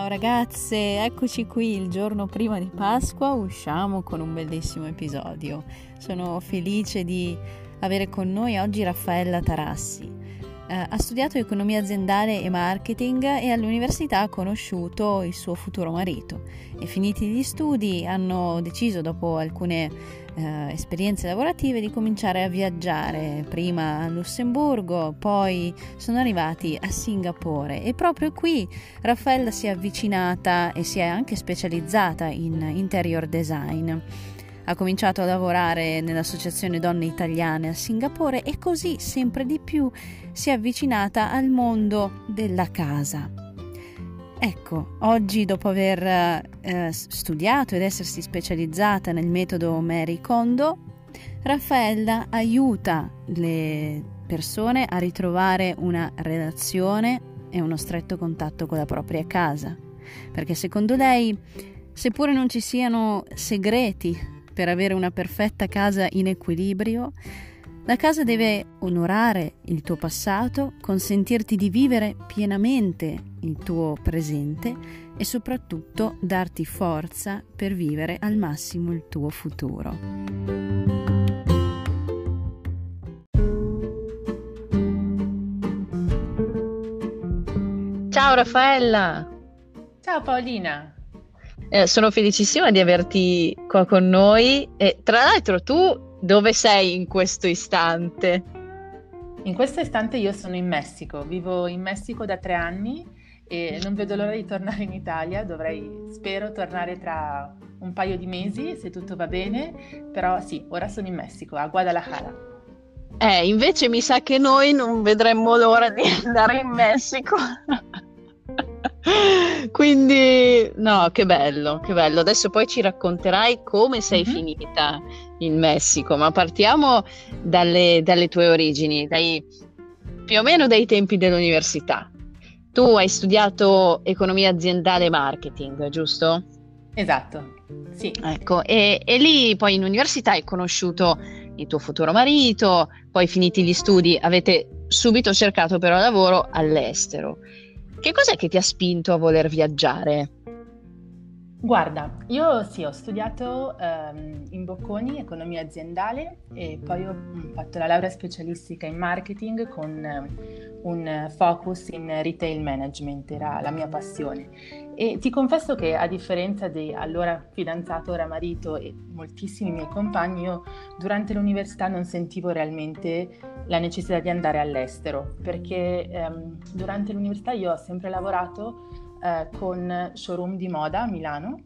ragazze, eccoci qui il giorno prima di Pasqua, usciamo con un bellissimo episodio. Sono felice di avere con noi oggi Raffaella Tarassi. Ha studiato economia aziendale e marketing e all'università ha conosciuto il suo futuro marito e finiti gli studi hanno deciso, dopo alcune esperienze lavorative, di cominciare a viaggiare, prima a Lussemburgo, poi sono arrivati a Singapore e proprio qui Raffaella si è avvicinata e si è anche specializzata in interior design. Ha cominciato a lavorare nell'Associazione Donne Italiane a Singapore e così sempre di più si è avvicinata al mondo della casa. Ecco, oggi, dopo aver studiato ed essersi specializzata nel metodo Marie Kondo, Raffaella aiuta le persone a ritrovare una relazione e uno stretto contatto con la propria casa, perché secondo lei, seppure non ci siano segreti per avere una perfetta casa in equilibrio, la casa deve onorare il tuo passato, consentirti di vivere pienamente il tuo presente e soprattutto darti forza per vivere al massimo il tuo futuro. Ciao Raffaella! Ciao Paolina! Sono felicissima di averti qua con noi e tra l'altro tu dove sei in questo istante? In questo istante io sono in Messico, vivo in Messico da 3 anni e non vedo l'ora di tornare in Italia. Spero tornare tra un paio di mesi se tutto va bene, però sì, ora sono in Messico, a Guadalajara. Invece mi sa che noi non vedremmo l'ora di andare in Messico. Quindi no, che bello, che bello. Adesso poi ci racconterai come sei finita in Messico, ma partiamo dalle tue origini, più o meno dai tempi dell'università. Tu hai studiato economia aziendale e marketing, giusto? Esatto, sì. Ecco, e lì poi in università hai conosciuto il tuo futuro marito, poi finiti gli studi avete subito cercato però lavoro all'estero. Che cos'è che ti ha spinto a voler viaggiare? Guarda, io sì, ho studiato in Bocconi economia aziendale e poi ho fatto la laurea specialistica in marketing con un focus in retail management, era la mia passione. E ti confesso che, a differenza di allora fidanzato, ora marito e moltissimi miei compagni, io durante l'università non sentivo realmente la necessità di andare all'estero, perché durante l'università io ho sempre lavorato con showroom di moda a Milano,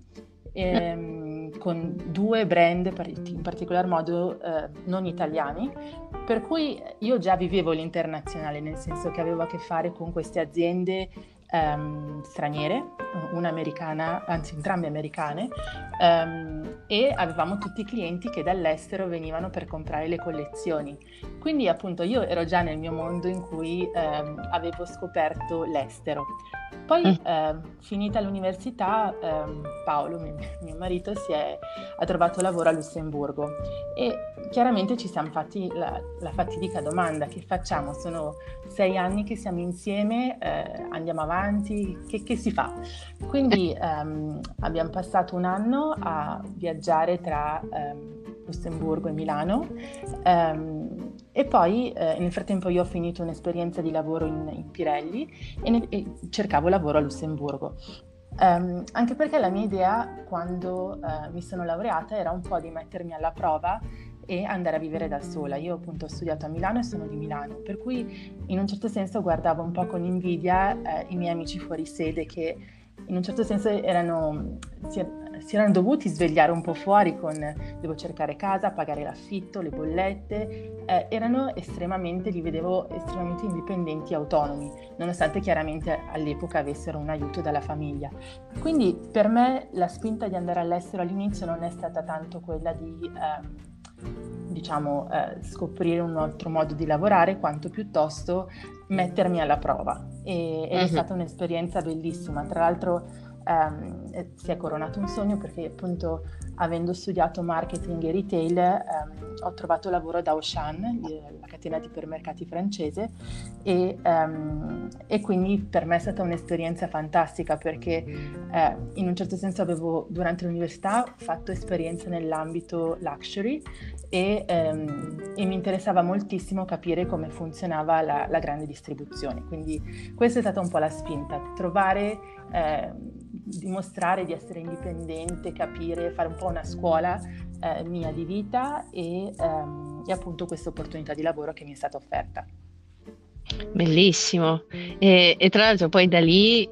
con 2 brand in particolar modo non italiani, per cui io già vivevo l'internazionale, nel senso che avevo a che fare con queste aziende straniere, una americana, anzi entrambe americane, e avevamo tutti i clienti che dall'estero venivano per comprare le collezioni. Quindi appunto io ero già nel mio mondo in cui avevo scoperto l'estero. Poi finita l'università, Paolo, mio marito, ha trovato lavoro a Lussemburgo e chiaramente ci siamo fatti la fatidica domanda: che facciamo? Sono 6 anni che siamo insieme, andiamo avanti, che si fa? Quindi abbiamo passato un anno a viaggiare tra Lussemburgo e Milano, e poi nel frattempo io ho finito un'esperienza di lavoro in Pirelli e cercavo lavoro a Lussemburgo. Anche perché la mia idea, quando mi sono laureata, era un po' di mettermi alla prova e andare a vivere da sola. Io appunto ho studiato a Milano e sono di Milano, per cui in un certo senso guardavo un po' con invidia i miei amici fuori sede che in un certo senso si erano dovuti svegliare un po' fuori con devo cercare casa, pagare l'affitto, le bollette, li vedevo estremamente indipendenti e autonomi, nonostante chiaramente all'epoca avessero un aiuto dalla famiglia. Quindi per me la spinta di andare all'estero all'inizio non è stata tanto quella di scoprire un altro modo di lavorare, quanto piuttosto mettermi alla prova, ed è stata un'esperienza bellissima. Tra l'altro si è coronato un sogno, perché appunto, avendo studiato marketing e retail, ho trovato lavoro da Auchan, la catena di ipermercati francese, e quindi per me è stata un'esperienza fantastica, perché in un certo senso avevo durante l'università fatto esperienza nell'ambito luxury e mi interessava moltissimo capire come funzionava la grande distribuzione. Quindi questa è stata un po' la spinta, trovare, dimostrare di essere indipendente, capire, fare un po' una scuola mia di vita e appunto questa opportunità di lavoro che mi è stata offerta. Bellissimo. E tra l'altro poi da lì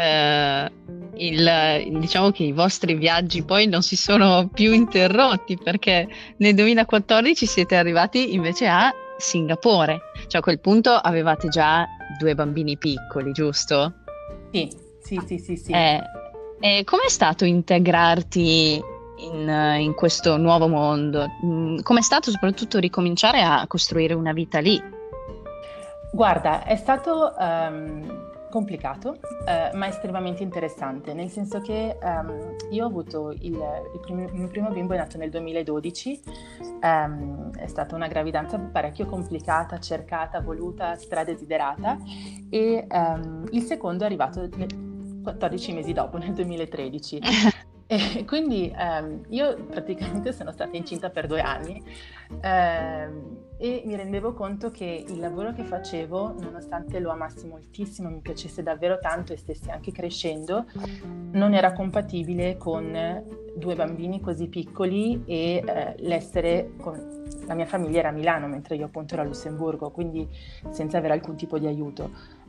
diciamo che i vostri viaggi poi non si sono più interrotti, perché nel 2014 siete arrivati invece a Singapore, cioè a quel punto avevate già 2 bambini piccoli, giusto? Sì, sì, sì, sì, sì. E com'è stato integrarti in questo nuovo mondo? Com'è stato soprattutto ricominciare a costruire una vita lì? Guarda, è stato complicato, ma estremamente interessante, nel senso che io ho avuto il mio primo bimbo è nato nel 2012, è stata una gravidanza parecchio complicata, cercata, voluta, stradesiderata, e il secondo è arrivato 14 mesi dopo, nel 2013. E quindi io praticamente sono stata incinta per 2 anni e mi rendevo conto che il lavoro che facevo, nonostante lo amassi moltissimo, mi piacesse davvero tanto e stessi anche crescendo, non era compatibile con 2 bambini così piccoli e l'essere con la mia famiglia era a Milano, mentre io appunto ero a Lussemburgo, quindi senza avere alcun tipo di aiuto.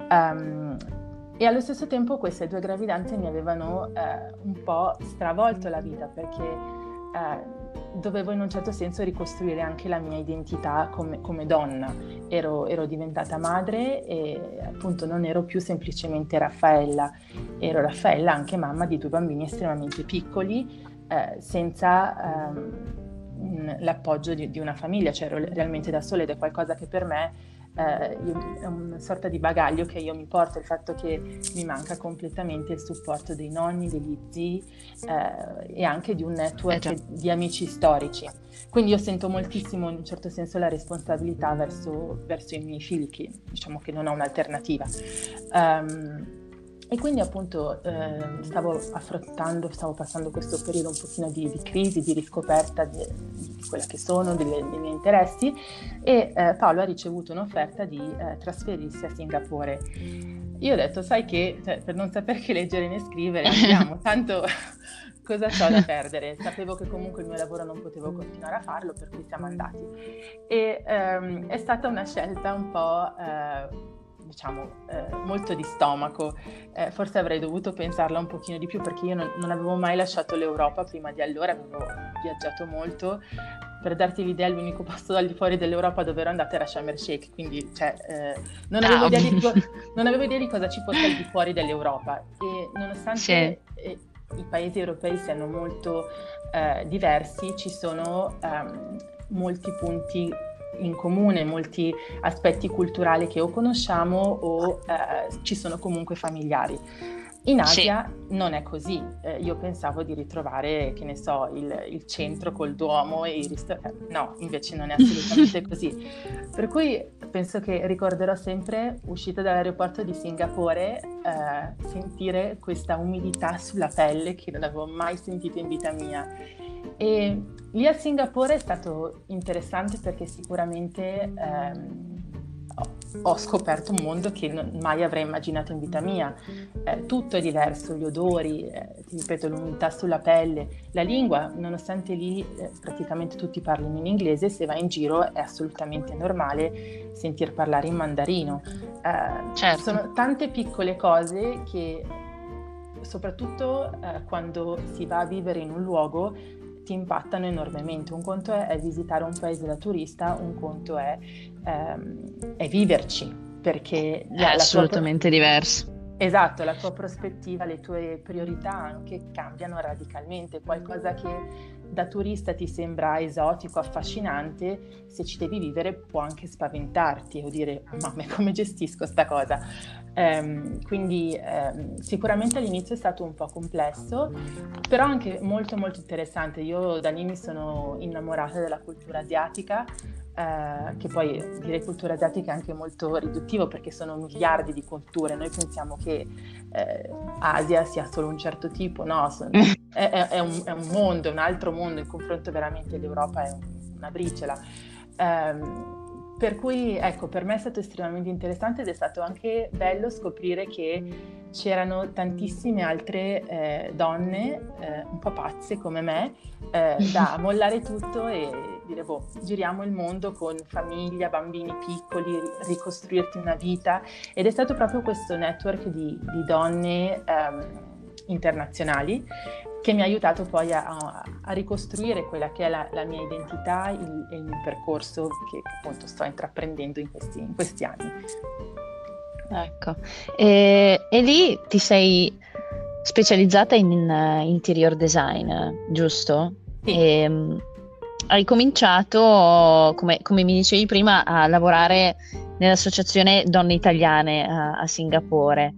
E allo stesso tempo queste 2 gravidanze mi avevano un po' stravolto la vita, perché dovevo in un certo senso ricostruire anche la mia identità come donna. Ero diventata madre e appunto non ero più semplicemente Raffaella, ero Raffaella anche mamma di 2 bambini estremamente piccoli, senza l'appoggio di una famiglia, cioè ero realmente da sola, ed è qualcosa che per me è una sorta di bagaglio che io mi porto, il fatto che mi manca completamente il supporto dei nonni, degli zii e anche di un network di amici storici. Quindi io sento moltissimo in un certo senso la responsabilità verso i miei figli, che diciamo che non ho un'alternativa. E quindi appunto stavo passando questo periodo un pochino di crisi, di riscoperta di quella che sono, dei miei interessi, e Paolo ha ricevuto un'offerta di trasferirsi a Singapore. Io ho detto, sai che, per non saper che leggere né scrivere, andiamo, tanto cosa c'ho da perdere? Sapevo che comunque il mio lavoro non potevo continuare a farlo, per cui siamo andati. E è stata una scelta un po'... molto di stomaco, forse avrei dovuto pensarla un pochino di più, perché io non avevo mai lasciato l'Europa prima di allora, avevo viaggiato molto. Per darti l'idea, l'unico posto al di fuori dell'Europa dove ero andata era Sharm el Sheikh, quindi non avevo idea di cosa ci fosse al di fuori dell'Europa, e nonostante i paesi europei siano molto diversi, ci sono molti punti in comune, molti aspetti culturali che o conosciamo o ci sono comunque familiari. In Asia non è così. Io pensavo di ritrovare, che ne so, il centro col Duomo e i ristoranti. No, invece non è assolutamente così. Per cui penso che ricorderò sempre, uscita dall'aeroporto di Singapore, sentire questa umidità sulla pelle che non avevo mai sentito in vita mia. E lì a Singapore è stato interessante, perché sicuramente ho scoperto un mondo che mai avrei immaginato in vita mia. Tutto è diverso, gli odori, ti ripeto, l'umidità sulla pelle, la lingua, nonostante lì praticamente tutti parlino in inglese, se vai in giro è assolutamente normale sentir parlare in mandarino. Certo. Sono tante piccole cose che, soprattutto quando si va a vivere in un luogo, ti impattano enormemente. Un conto è visitare un paese da turista, un conto è viverci, perché è assolutamente diverso. Esatto, la tua prospettiva, le tue priorità anche cambiano radicalmente. Qualcosa che da turista ti sembra esotico, affascinante, se ci devi vivere può anche spaventarti o dire, mamma, come gestisco sta cosa? Quindi sicuramente all'inizio è stato un po' complesso, però anche molto molto interessante. Io da lì mi sono innamorata della cultura asiatica, che poi dire cultura asiatica è anche molto riduttivo perché sono miliardi di culture. Noi pensiamo che Asia sia solo un certo tipo, no, è un mondo, è un altro mondo, in confronto veramente l'Europa è una briciola. Per cui ecco, per me è stato estremamente interessante ed è stato anche bello scoprire che c'erano tantissime altre donne un po' pazze come me, da mollare tutto e dire, boh, giriamo il mondo con famiglia, bambini piccoli, ricostruirti una vita. Ed è stato proprio questo network di donne internazionali che mi ha aiutato poi a ricostruire quella che è la mia identità e il mio percorso che appunto sto intraprendendo in questi anni. Ecco, e lì ti sei specializzata in interior design, giusto? Sì. Hai cominciato, come mi dicevi prima, a lavorare nell'Associazione Donne Italiane a Singapore.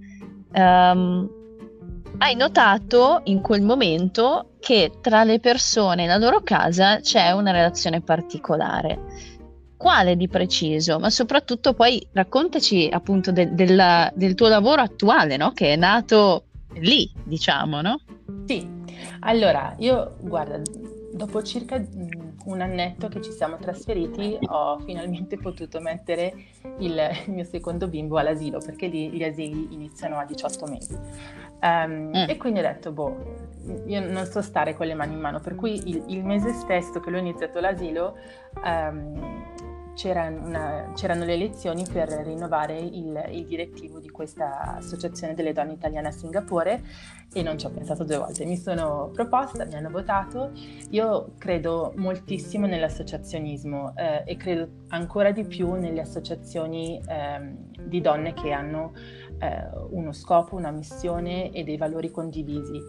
Hai notato in quel momento che tra le persone e la loro casa c'è una relazione particolare. Quale di preciso? Ma soprattutto poi raccontaci appunto del tuo lavoro attuale, no? Che è nato lì, diciamo, no? Sì, allora io, guarda, dopo circa un annetto che ci siamo trasferiti, ho finalmente potuto mettere il mio secondo bimbo all'asilo, perché lì gli asili iniziano a 18 mesi. E quindi ho detto, boh, io non so stare con le mani in mano, per cui il mese stesso che l'ho iniziato l'asilo, c'erano le elezioni per rinnovare il direttivo di questa associazione delle donne italiane a Singapore e non ci ho pensato due volte, mi sono proposta, mi hanno votato. Io credo moltissimo nell'associazionismo e credo ancora di più nelle associazioni di donne che hanno uno scopo, una missione e dei valori condivisi.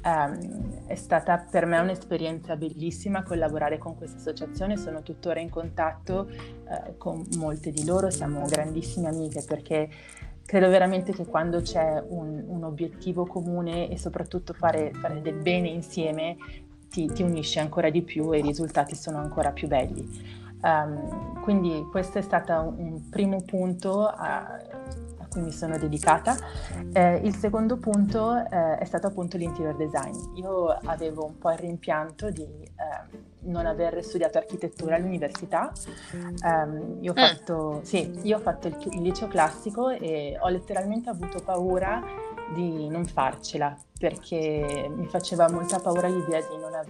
È stata per me un'esperienza bellissima collaborare con questa associazione, sono tuttora in contatto con molte di loro, siamo grandissime amiche perché credo veramente che quando c'è un obiettivo comune e soprattutto fare del bene insieme ti unisce ancora di più e i risultati sono ancora più belli. Quindi questo è stato un primo punto a cui mi sono dedicata. Il secondo punto è stato appunto l'interior design. Io avevo un po' il rimpianto di non aver studiato architettura all'università. Io ho fatto il liceo classico e ho letteralmente avuto paura di non farcela perché mi faceva molta paura l'idea di non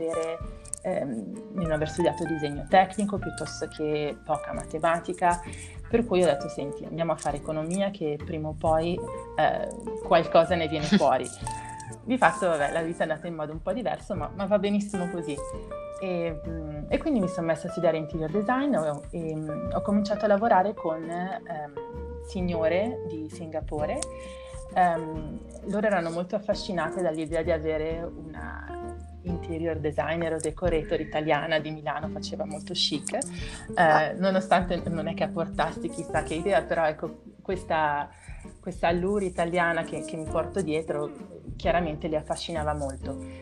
aver studiato disegno tecnico piuttosto che poca matematica, per cui ho detto senti, andiamo a fare economia che prima o poi qualcosa ne viene fuori. Di fatto vabbè, la vita è andata in modo un po' diverso, ma va benissimo così. E quindi mi sono messa a studiare interior design e ho cominciato a lavorare con signore di Singapore. Loro erano molto affascinate dall'idea di avere una interior designer o decorator italiana di Milano, faceva molto chic, nonostante non è che apportassi chissà che idea, però ecco questa allure italiana che mi porto dietro chiaramente li affascinava molto.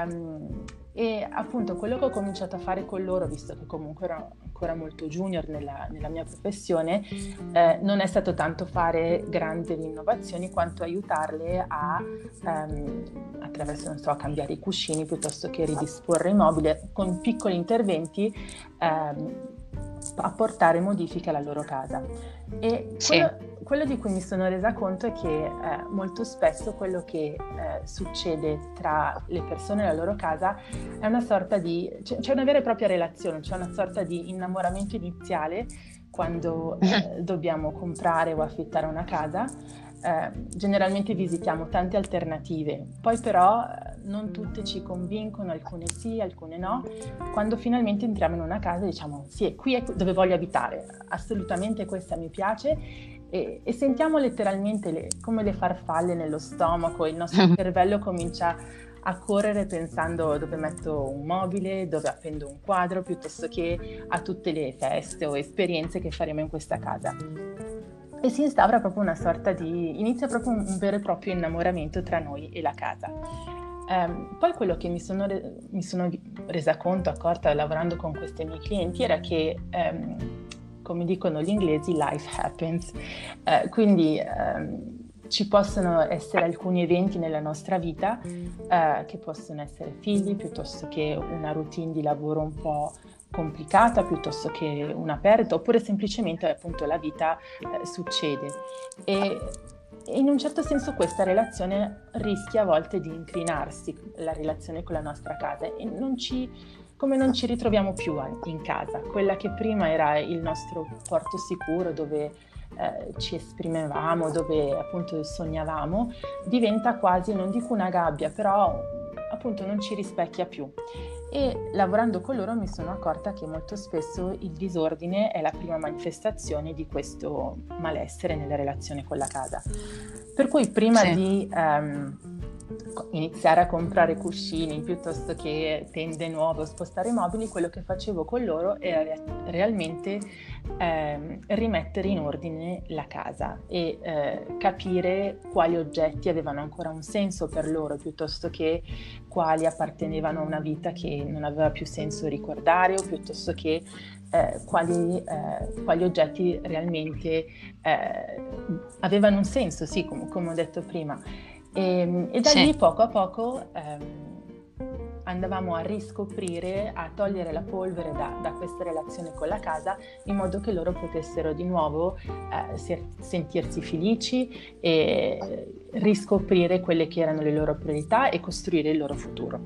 E appunto quello che ho cominciato a fare con loro, visto che comunque ero ancora molto junior nella mia professione, non è stato tanto fare grandi innovazioni quanto aiutarle attraverso, non so, cambiare i cuscini piuttosto che ridisporre il mobile, con piccoli interventi apportare modifiche alla loro casa. E quello di cui mi sono resa conto è che molto spesso quello che succede tra le persone e la loro casa è una sorta di... c'è una vera e propria relazione, c'è una sorta di innamoramento iniziale quando dobbiamo comprare o affittare una casa. Generalmente visitiamo tante alternative, poi però non tutte ci convincono, alcune sì, alcune no. Quando finalmente entriamo in una casa diciamo sì, qui è dove voglio abitare, assolutamente questa mi piace e sentiamo letteralmente come le farfalle nello stomaco, il nostro cervello comincia a correre pensando dove metto un mobile, dove appendo un quadro, piuttosto che a tutte le feste o esperienze che faremo in questa casa. E si instaura proprio una sorta inizia proprio un vero e proprio innamoramento tra noi e la casa. Poi quello che mi sono resa conto, accorta lavorando con questi miei clienti, era che, come dicono gli inglesi, life happens. Quindi ci possono essere alcuni eventi nella nostra vita, che possono essere figli, piuttosto che una routine di lavoro un po' complicata, piuttosto che una perdita, oppure semplicemente appunto la vita succede. E in un certo senso questa relazione rischia a volte di incrinarsi, la relazione con la nostra casa, e come non ci ritroviamo più in casa, quella che prima era il nostro porto sicuro dove ci esprimevamo, dove appunto sognavamo, diventa quasi, non dico una gabbia, però appunto non ci rispecchia più. E lavorando con loro mi sono accorta che molto spesso il disordine è la prima manifestazione di questo malessere nella relazione con la casa. Per cui prima di iniziare a comprare cuscini piuttosto che tende nuove o spostare mobili, quello che facevo con loro era realmente rimettere in ordine la casa e capire quali oggetti avevano ancora un senso per loro, piuttosto che quali appartenevano a una vita che non aveva più senso ricordare, o piuttosto che quali oggetti realmente avevano un senso, sì, come ho detto prima. E da lì poco a poco andavamo a riscoprire, a togliere la polvere da questa relazione con la casa, in modo che loro potessero di nuovo sentirsi felici e riscoprire quelle che erano le loro priorità e costruire il loro futuro.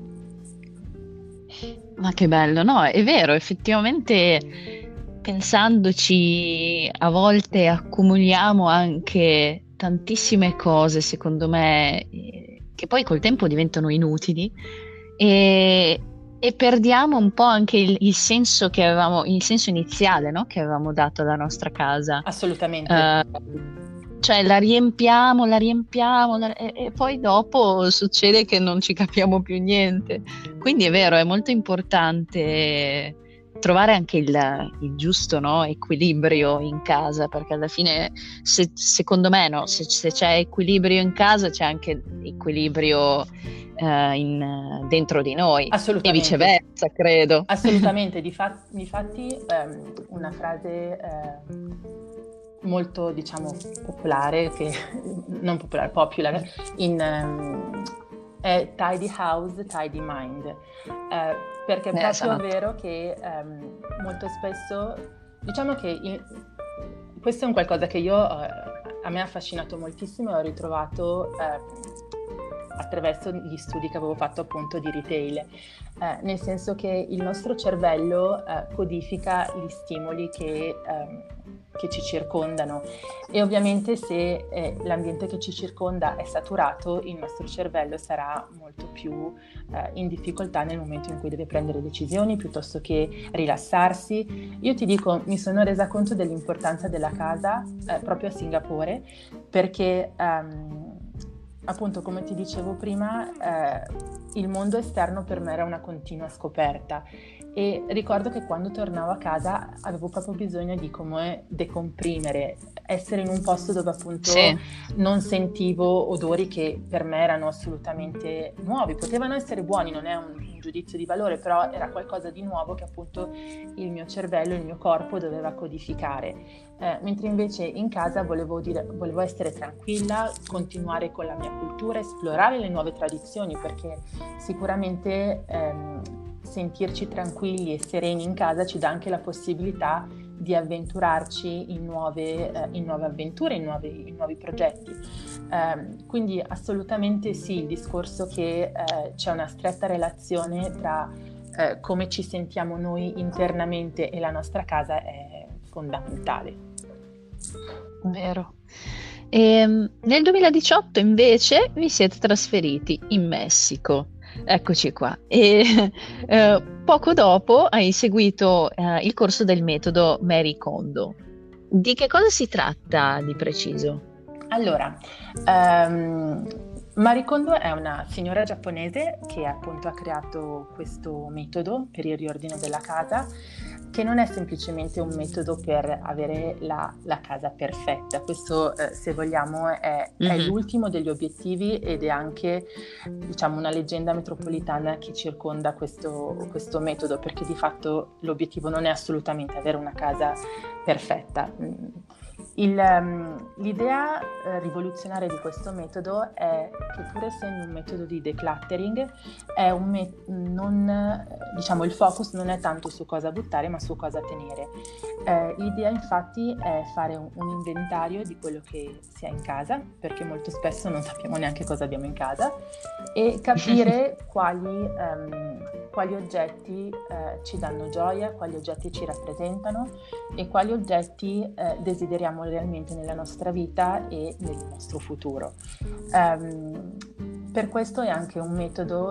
Ma che bello, no? È vero, effettivamente pensandoci a volte accumuliamo anche tantissime cose, secondo me, che poi col tempo diventano inutili e perdiamo un po' anche il senso che avevamo, il senso iniziale, no? Che avevamo dato alla nostra casa. Assolutamente. Cioè la riempiamo e poi dopo succede che non ci capiamo più niente. Quindi è vero, è molto importante trovare anche il giusto, no, equilibrio in casa, perché alla fine secondo me no, se c'è equilibrio in casa c'è anche equilibrio dentro di noi e viceversa, credo. Assolutamente, difatti una frase molto, diciamo, popolare, non popolare, popular, è tidy house, tidy mind, perché è proprio vero che molto spesso, diciamo che questo è un qualcosa che a me ha affascinato moltissimo e ho ritrovato attraverso gli studi che avevo fatto appunto di retail, nel senso che il nostro cervello codifica gli stimoli che ci circondano, e ovviamente se l'ambiente che ci circonda è saturato, il nostro cervello sarà molto più in difficoltà nel momento in cui deve prendere decisioni piuttosto che rilassarsi. Io ti dico, mi sono resa conto dell'importanza della casa proprio a Singapore, perché appunto, come ti dicevo prima, il mondo esterno per me era una continua scoperta, e ricordo che quando tornavo a casa avevo proprio bisogno di come decomprimere, essere in un posto dove appunto non sentivo odori che per me erano assolutamente nuovi. Potevano essere buoni, non è un giudizio di valore, però era qualcosa di nuovo che appunto il mio cervello, il mio corpo doveva codificare. Mentre invece in casa volevo essere tranquilla, continuare con la mia cultura, esplorare le nuove tradizioni, perché sicuramente sentirci tranquilli e sereni in casa ci dà anche la possibilità di avventurarci in nuove avventure, in nuovi progetti. Quindi assolutamente sì, il discorso che c'è una stretta relazione tra come ci sentiamo noi internamente e la nostra casa è fondamentale. Vero. Nel 2018 invece vi siete trasferiti in Messico. Eccoci qua. E poco dopo hai seguito il corso del metodo Marie Kondo. Di che cosa si tratta di preciso? Allora, Marie Kondo è una signora giapponese che appunto ha creato questo metodo per il riordino della casa, che non è semplicemente un metodo per avere la casa perfetta. Questo, se vogliamo, è l'ultimo degli obiettivi ed è anche, diciamo, una leggenda metropolitana che circonda questo metodo, perché di fatto l'obiettivo non è assolutamente avere una casa perfetta. L'idea rivoluzionaria di questo metodo è che, pur essendo un metodo di decluttering, è diciamo, il focus non è tanto su cosa buttare ma su cosa tenere. L'idea infatti è fare un inventario di quello che si ha in casa, perché molto spesso non sappiamo neanche cosa abbiamo in casa, e capire quali oggetti ci danno gioia, quali oggetti ci rappresentano e quali oggetti desideriamo realmente nella nostra vita e nel nostro futuro. Per questo è anche un metodo,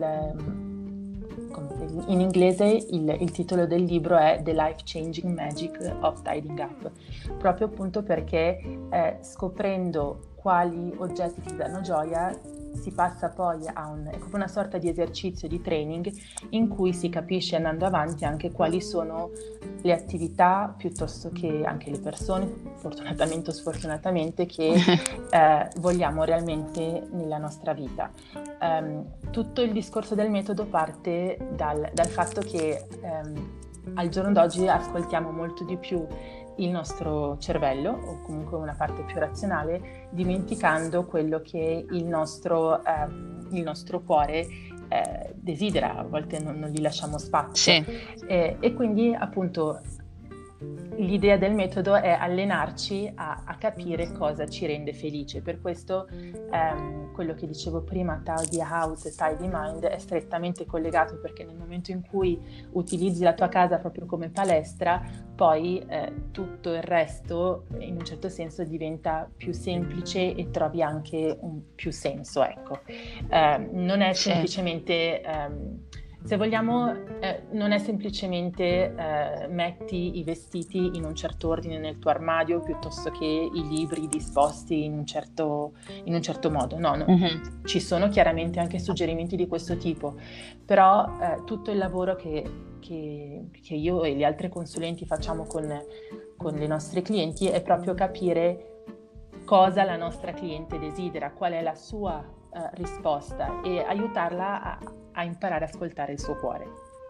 in inglese il titolo del libro è The Life Changing Magic of Tidying Up, proprio appunto perché scoprendo quali oggetti ti danno gioia si passa poi a è come una sorta di esercizio di training in cui si capisce, andando avanti, anche quali sono le attività piuttosto che anche le persone, fortunatamente o sfortunatamente, che vogliamo realmente nella nostra vita. Tutto il discorso del metodo parte dal fatto che al giorno d'oggi ascoltiamo molto di più il nostro cervello, o comunque una parte più razionale, dimenticando quello che il nostro cuore desidera. A volte non gli lasciamo spazio. Sì. E quindi appunto l'idea del metodo è allenarci a capire cosa ci rende felice. Per questo quello che dicevo prima, Tidy House e Tidy Mind, è strettamente collegato, perché nel momento in cui utilizzi la tua casa proprio come palestra, poi tutto il resto in un certo senso diventa più semplice e trovi anche più senso, ecco. Non è semplicemente... se vogliamo, non è semplicemente metti i vestiti in un certo ordine nel tuo armadio piuttosto che i libri disposti in un certo modo. No. Mm-hmm. Ci sono chiaramente anche suggerimenti di questo tipo, però tutto il lavoro che io e gli altri consulenti facciamo con le nostre clienti è proprio capire cosa la nostra cliente desidera, qual è la sua risposta, e aiutarla a imparare ad ascoltare il suo cuore.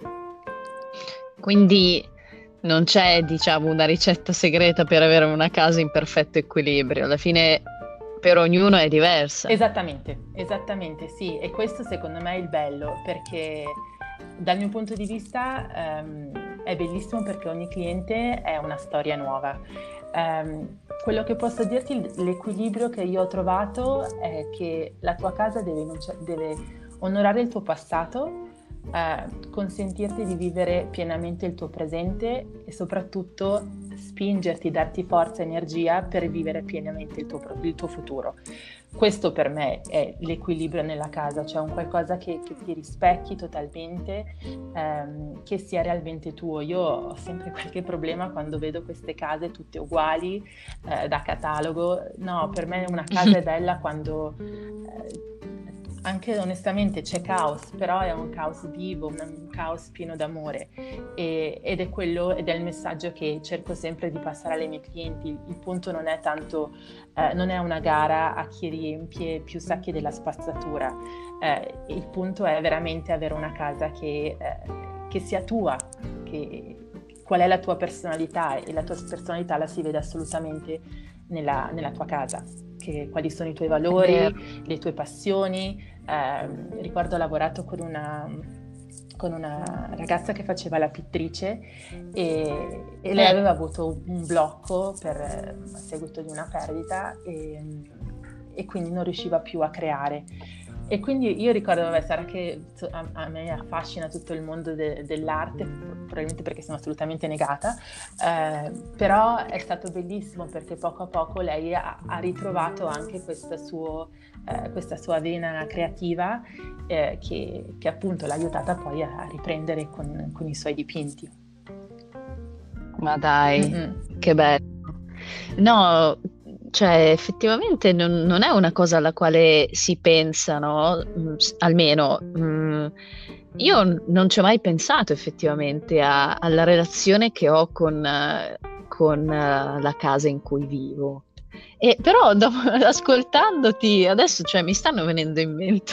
Quindi non c'è, diciamo, una ricetta segreta per avere una casa in perfetto equilibrio. Alla fine per ognuno è diversa. Esattamente, sì. E questo secondo me è il bello, perché dal mio punto di vista è bellissimo, perché ogni cliente è una storia nuova. Quello che posso dirti, l'equilibrio che io ho trovato è che la tua casa deve onorare il tuo passato, consentirti di vivere pienamente il tuo presente e soprattutto spingerti, darti forza e energia per vivere pienamente il tuo futuro. Questo per me è l'equilibrio nella casa, cioè un qualcosa che ti rispecchi totalmente, che sia realmente tuo. Io ho sempre qualche problema quando vedo queste case tutte uguali, da catalogo. No, per me una casa è bella quando anche onestamente c'è caos, però è un caos vivo, un caos pieno d'amore, ed è il messaggio che cerco sempre di passare alle mie clienti. Il punto non è tanto, non è una gara a chi riempie più sacchi della spazzatura, il punto è veramente avere una casa che sia tua, qual è la tua personalità, e la tua personalità la si vede assolutamente nella tua casa. Quali sono i tuoi valori, le tue passioni. Ricordo ho lavorato con una ragazza che faceva la pittrice e lei aveva avuto un blocco a seguito di una perdita e quindi non riusciva più a creare. E quindi io ricordo, sarà che a me affascina tutto il mondo dell'arte, probabilmente perché sono assolutamente negata, però è stato bellissimo, perché poco a poco lei ha ritrovato anche questa sua vena creativa, che appunto l'ha aiutata poi a riprendere con i suoi dipinti. Ma dai, che bello! No, cioè effettivamente non è una cosa alla quale si pensa, no? Almeno io non ci ho mai pensato effettivamente alla relazione che ho con la casa in cui vivo. E però ascoltandoti adesso, cioè, mi stanno venendo in mente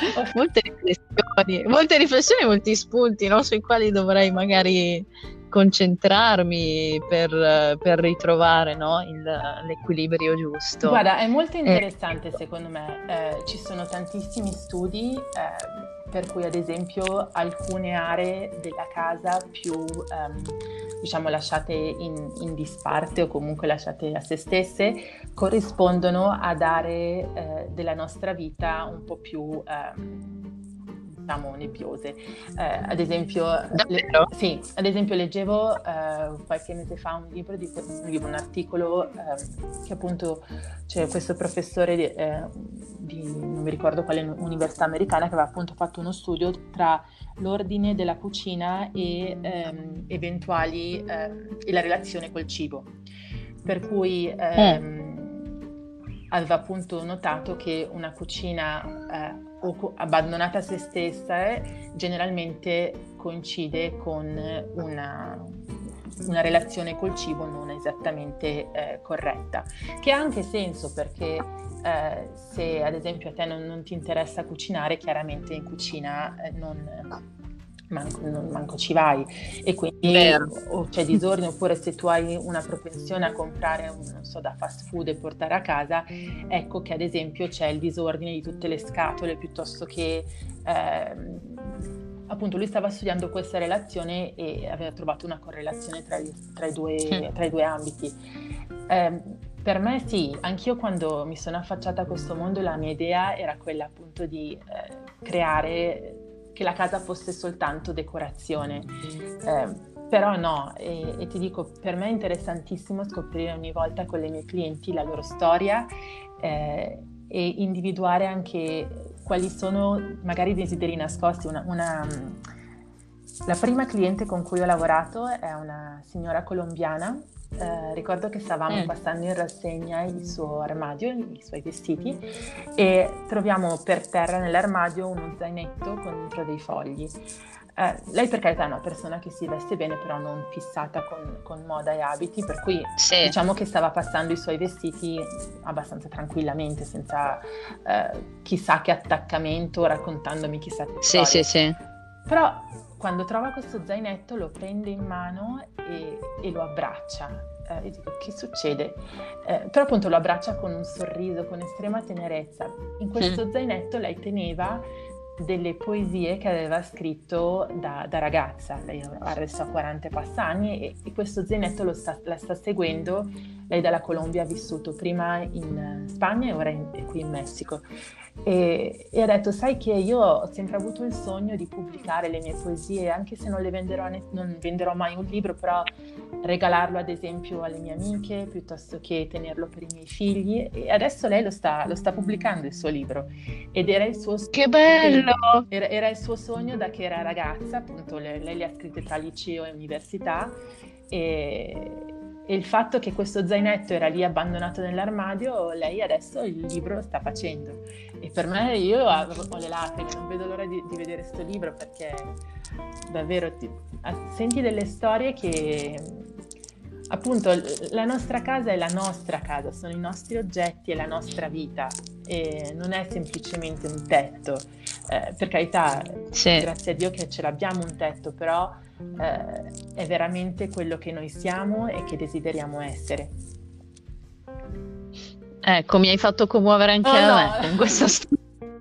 molte riflessioni, molti spunti, no? Sui quali dovrei magari concentrarmi per ritrovare, no? L'equilibrio giusto. Guarda, è molto interessante secondo me. Ci sono tantissimi studi per cui ad esempio alcune aree della casa più diciamo lasciate in disparte o comunque lasciate a se stesse corrispondono ad aree della nostra vita un po' più diciamo nebbiose. Ad esempio, Davvero? sì, ad esempio leggevo qualche mese fa un libro, un articolo che appunto c'è questo professore non mi ricordo quale università americana che aveva appunto fatto uno studio tra l'ordine della cucina e eventuali e la relazione col cibo. Per cui aveva appunto notato che una cucina abbandonata a se stessa generalmente coincide con una relazione col cibo non esattamente corretta, che ha anche senso perché se ad esempio a te non ti interessa cucinare, chiaramente in cucina manco ci vai e quindi o c'è disordine, oppure se tu hai una propensione a comprare non so, da fast food e portare a casa, ecco che ad esempio c'è il disordine di tutte le scatole piuttosto che appunto lui stava studiando questa relazione e aveva trovato una correlazione tra i due ambiti. Per me sì, anch'io quando mi sono affacciata a questo mondo la mia idea era quella appunto di creare che la casa fosse soltanto decorazione, però no, e ti dico, per me è interessantissimo scoprire ogni volta con le mie clienti la loro storia e individuare anche quali sono magari i desideri nascosti. La prima cliente con cui ho lavorato è una signora colombiana. Ricordo che stavamo passando in rassegna il suo armadio, i suoi vestiti, e troviamo per terra nell'armadio uno zainetto con dentro dei fogli. Lei per carità è una persona che si veste bene, però non fissata con moda e abiti, per cui diciamo che stava passando i suoi vestiti abbastanza tranquillamente, senza chissà che attaccamento, raccontandomi chissà che storia. Sì. Però quando trova questo zainetto lo prende in mano e lo abbraccia. E dico, che succede? Però appunto lo abbraccia con un sorriso, con estrema tenerezza. In questo zainetto lei teneva delle poesie che aveva scritto da ragazza. Lei adesso ha 40 e passa anni e questo zainetto la sta seguendo. Lei dalla Colombia ha vissuto prima in Spagna e ora è qui in Messico. E ha detto, sai che io ho sempre avuto il sogno di pubblicare le mie poesie, anche se non venderò mai un libro, però regalarlo ad esempio alle mie amiche piuttosto che tenerlo per i miei figli, e adesso lei lo sta pubblicando il suo libro ed era il suo che bello! Era il suo sogno da che era ragazza, appunto lei le ha scritte tra liceo e università e il fatto che questo zainetto era lì abbandonato nell'armadio, lei adesso il libro lo sta facendo. E per me, io ho le lacrime, non vedo l'ora di vedere questo libro, perché davvero senti delle storie che appunto la nostra casa è la nostra casa, sono i nostri oggetti e la nostra vita, e non è semplicemente un tetto. Per carità, grazie a Dio che ce l'abbiamo un tetto, però è veramente quello che noi siamo e che desideriamo essere. Ecco, mi hai fatto commuovere anche a me con questa storia.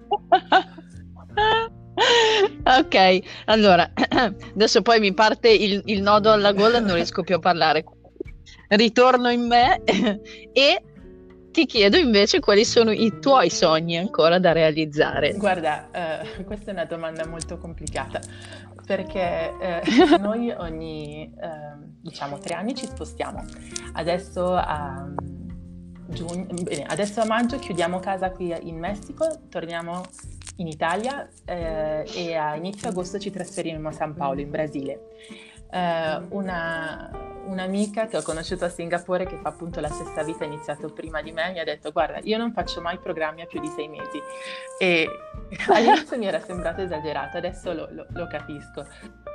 Ok, allora adesso poi mi parte il nodo alla gola, non riesco più a parlare. Ritorno in me e ti chiedo invece quali sono i tuoi sogni ancora da realizzare. Guarda, questa è una domanda molto complicata, perché noi ogni diciamo 3 anni ci spostiamo. Adesso a maggio chiudiamo casa qui in Messico, torniamo in Italia e a inizio agosto ci trasferiremo a San Paolo in Brasile. un'amica che ho conosciuto a Singapore che fa appunto la stessa vita, ha iniziato prima di me, mi ha detto guarda, io non faccio mai programmi a più di 6 mesi e all'inizio mi era sembrato esagerato, adesso lo capisco.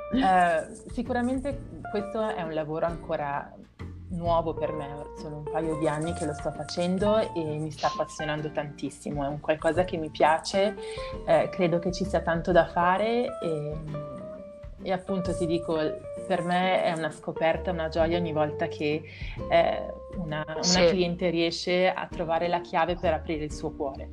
Sicuramente questo è un lavoro ancora nuovo per me, sono un paio di anni che lo sto facendo e mi sta appassionando tantissimo, è un qualcosa che mi piace, credo che ci sia tanto da fare e appunto ti dico, per me è una scoperta, una gioia ogni volta che una cliente riesce a trovare la chiave per aprire il suo cuore.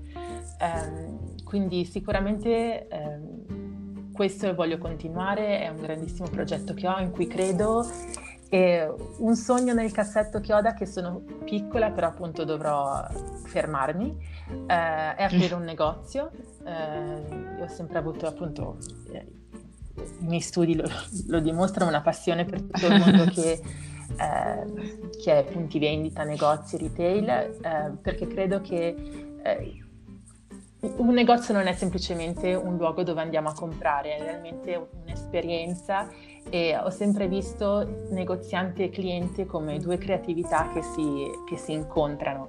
Quindi sicuramente questo voglio continuare, è un grandissimo progetto che ho, in cui credo, e un sogno nel cassetto che ho da che sono piccola, però appunto dovrò fermarmi, è aprire un negozio. Io ho sempre avuto appunto, i miei studi lo dimostrano, una passione per tutto il mondo che è punti vendita, negozi, retail, perché credo che un negozio non è semplicemente un luogo dove andiamo a comprare, è realmente un'esperienza, e ho sempre visto negoziante e cliente come due creatività che si incontrano,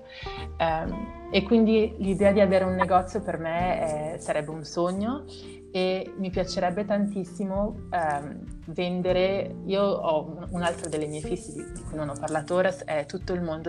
e quindi l'idea di avere un negozio per me sarebbe un sogno e mi piacerebbe tantissimo vendere. Io ho un'altra delle mie fisse di cui non ho parlato ora, è tutto il mondo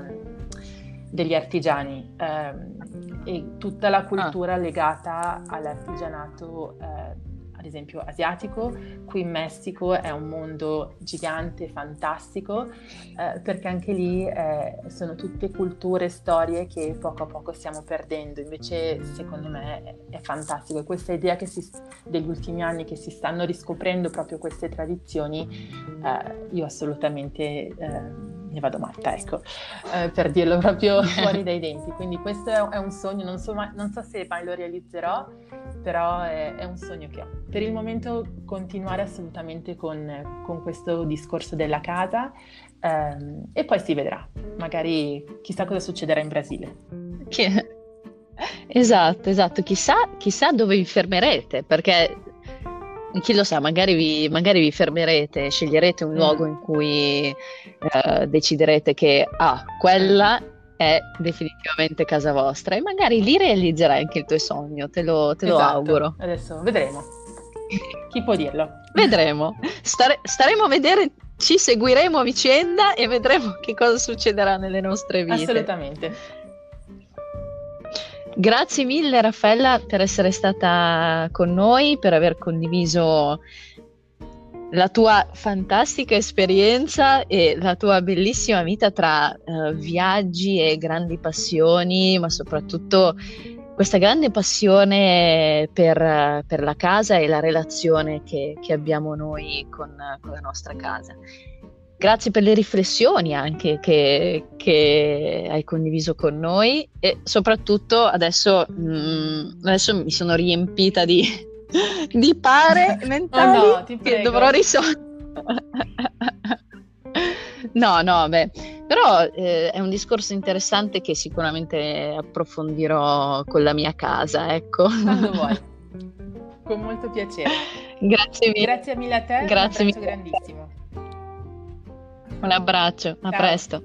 degli artigiani e tutta la cultura legata all'artigianato, ad esempio asiatico. Qui in Messico è un mondo gigante, fantastico, perché anche lì sono tutte culture, storie che poco a poco stiamo perdendo. Invece secondo me è fantastico, e questa idea degli ultimi anni che si stanno riscoprendo proprio queste tradizioni, io assolutamente ne vado matta, ecco, per dirlo proprio fuori dai denti. Quindi questo è un sogno, non so se mai lo realizzerò, però è un sogno che ho. Per il momento continuare assolutamente con questo discorso della casa, e poi si vedrà, magari chissà cosa succederà in Brasile. Esatto, chissà dove vi fermerete, perché chi lo sa, magari vi fermerete, sceglierete un luogo in cui deciderete che quella è definitivamente casa vostra, e magari lì realizzerai anche il tuo sogno, te lo auguro. Adesso vedremo, chi può dirlo? Vedremo, staremo a vedere, ci seguiremo a vicenda e vedremo che cosa succederà nelle nostre vite. Assolutamente. Grazie mille Raffaella per essere stata con noi, per aver condiviso la tua fantastica esperienza e la tua bellissima vita tra viaggi e grandi passioni, ma soprattutto questa grande passione per la casa e la relazione che abbiamo noi con la nostra casa. Grazie per le riflessioni anche che hai condiviso con noi, e soprattutto adesso mi sono riempita di pare mentali che dovrò risolvere. No, beh, però è un discorso interessante che sicuramente approfondirò con la mia casa, ecco. Quando vuoi, con molto piacere. Grazie mille. Grazie mille a te, Grazie un abbraccio mille. grandissimo. Un abbraccio, a presto.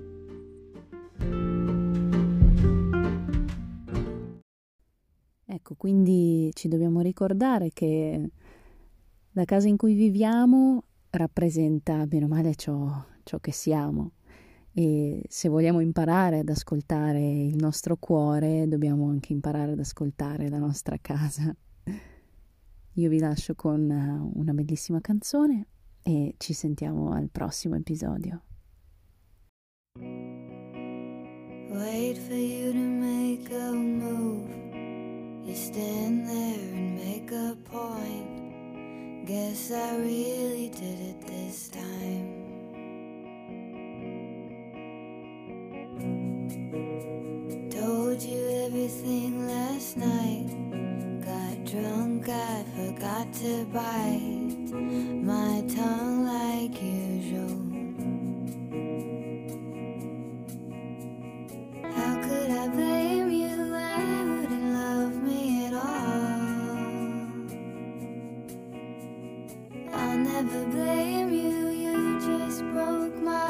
Ecco, quindi ci dobbiamo ricordare che la casa in cui viviamo rappresenta bene o male ciò che siamo, e se vogliamo imparare ad ascoltare il nostro cuore dobbiamo anche imparare ad ascoltare la nostra casa. Io vi lascio con una bellissima canzone e ci sentiamo al prossimo episodio. Wait for you to make a move. You stand there and make a point. Guess I really did it this time. Told you everything last night. Got drunk, I forgot to bite my tongue like usual. How could I blame you? I wouldn't love me at all. I'll never blame you, you just broke my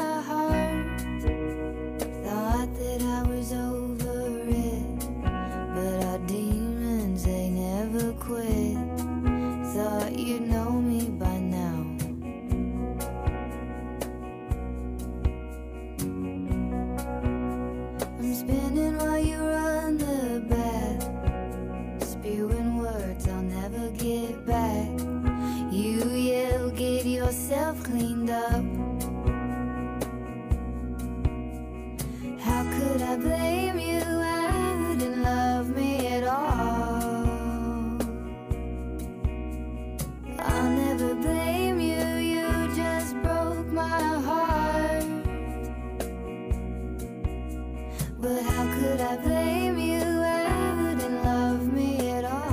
could I blame you? I wouldn't love me at all.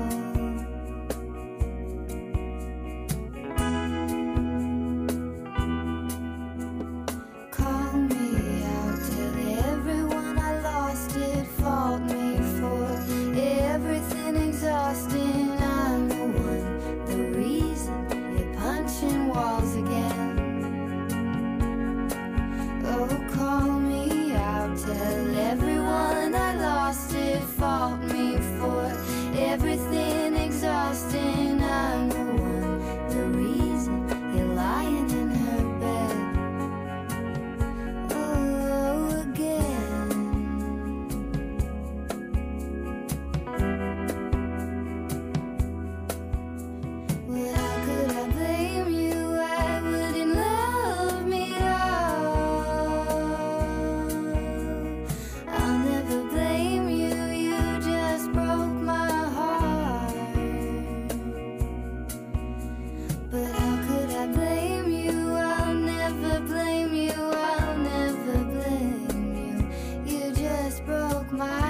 Call me out, tell everyone I lost it, fault me for everything exhausting. I'm the one, the reason you're punching walls again. Oh, call me out, tell everyone I lost it, fault me for everything exhausting. I'm the one, the reason you're lying in her bed. Oh, again. Well, how could I blame you? I wouldn't love me at all. I'll never blame you, you just broke my heart. But how could I blame you? I'll never blame you, I'll never blame you. You just broke my